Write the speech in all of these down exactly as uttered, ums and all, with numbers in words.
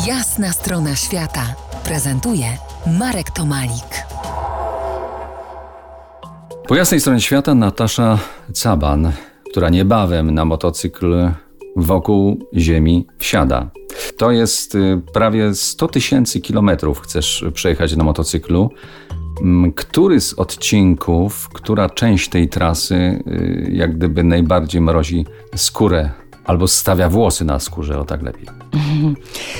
Jasna strona świata prezentuje Marek Tomalik. Po jasnej stronie świata Natasza Caban, która niebawem na motocykl wokół Ziemi wsiada. To jest prawie sto tysięcy kilometrów chcesz przejechać na motocyklu. Który z odcinków, która część tej trasy jak gdyby najbardziej mrozi skórę albo stawia włosy na skórze, o tak lepiej? Mhm.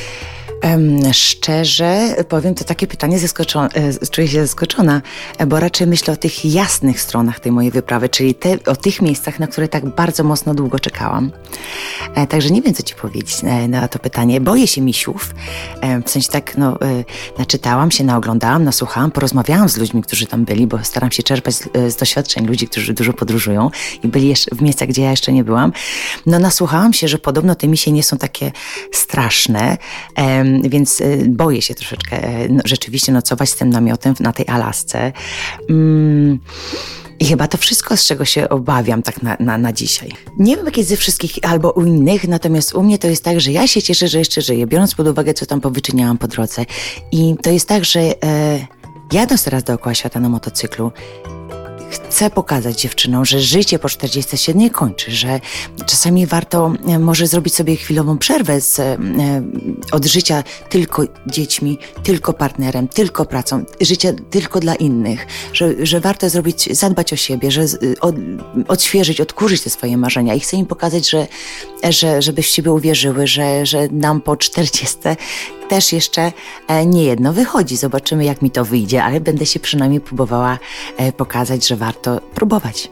Um, szczerze powiem, to takie pytanie zaskoczone, czuję się zaskoczona, bo raczej myślę o tych jasnych stronach tej mojej wyprawy, czyli te, o tych miejscach, na które tak bardzo mocno długo czekałam. E, także nie wiem, co ci powiedzieć e, na to pytanie. Boję się misiów, e, w sensie tak, no, e, naczytałam się, naoglądałam, nasłuchałam, porozmawiałam z ludźmi, którzy tam byli, bo staram się czerpać z, z doświadczeń ludzi, którzy dużo podróżują i byli jeszcze w miejscach, gdzie ja jeszcze nie byłam. No, nasłuchałam się, że podobno te misie nie są takie straszne, e, więc y, boję się troszeczkę y, no, rzeczywiście nocować z tym namiotem na tej Alasce. Mm. I chyba to wszystko, z czego się obawiam tak na, na, na dzisiaj. Nie wiem, jak jest ze wszystkich albo u innych, natomiast u mnie to jest tak, że ja się cieszę, że jeszcze żyję, biorąc pod uwagę, co tam powyczyniałam po drodze. I to jest tak, że e, jadąc teraz dookoła świata na motocyklu, chcę pokazać dziewczynom, że życie po czterdziestce się nie kończy, że czasami warto e, może zrobić sobie chwilową przerwę z, e, od życia tylko dziećmi, tylko partnerem, tylko pracą, życia tylko dla innych, że, że warto zrobić, zadbać o siebie, że od, odświeżyć, odkurzyć te swoje marzenia i chcę im pokazać, że, że żeby w siebie uwierzyły, że, że nam po czterdziestce też jeszcze e, nie jedno wychodzi. Zobaczymy, jak mi to wyjdzie, ale będę się przynajmniej próbowała e, pokazać, że warto próbować.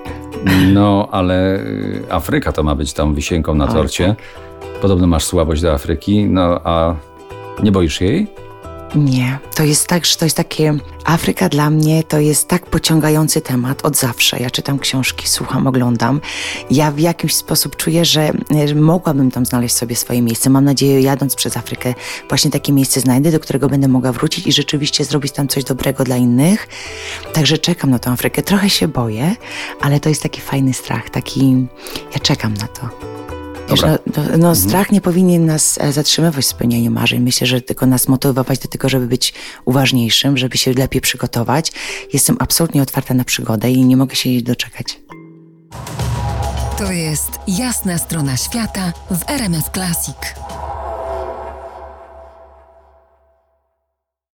No, ale Afryka to ma być tam wisienką na torcie. Podobno masz słabość do Afryki, no a nie boisz się jej? Nie, to jest tak, że to jest takie... Afryka dla mnie to jest tak pociągający temat od zawsze. Ja czytam książki, słucham, oglądam. Ja w jakiś sposób czuję, że, że mogłabym tam znaleźć sobie swoje miejsce. Mam nadzieję, jadąc przez Afrykę, właśnie takie miejsce znajdę, do którego będę mogła wrócić i rzeczywiście zrobić tam coś dobrego dla innych. Także czekam na tę Afrykę. Trochę się boję, ale to jest taki fajny strach, taki... Ja czekam na to. Wiesz, no, no, no mhm. Strach nie powinien nas zatrzymywać w spełnianiu marzeń. Myślę, że tylko nas motywować do tego, żeby być uważniejszym, żeby się lepiej przygotować. Jestem absolutnie otwarta na przygodę i nie mogę się jej doczekać. To jest Jasna strona świata w R M F Classic.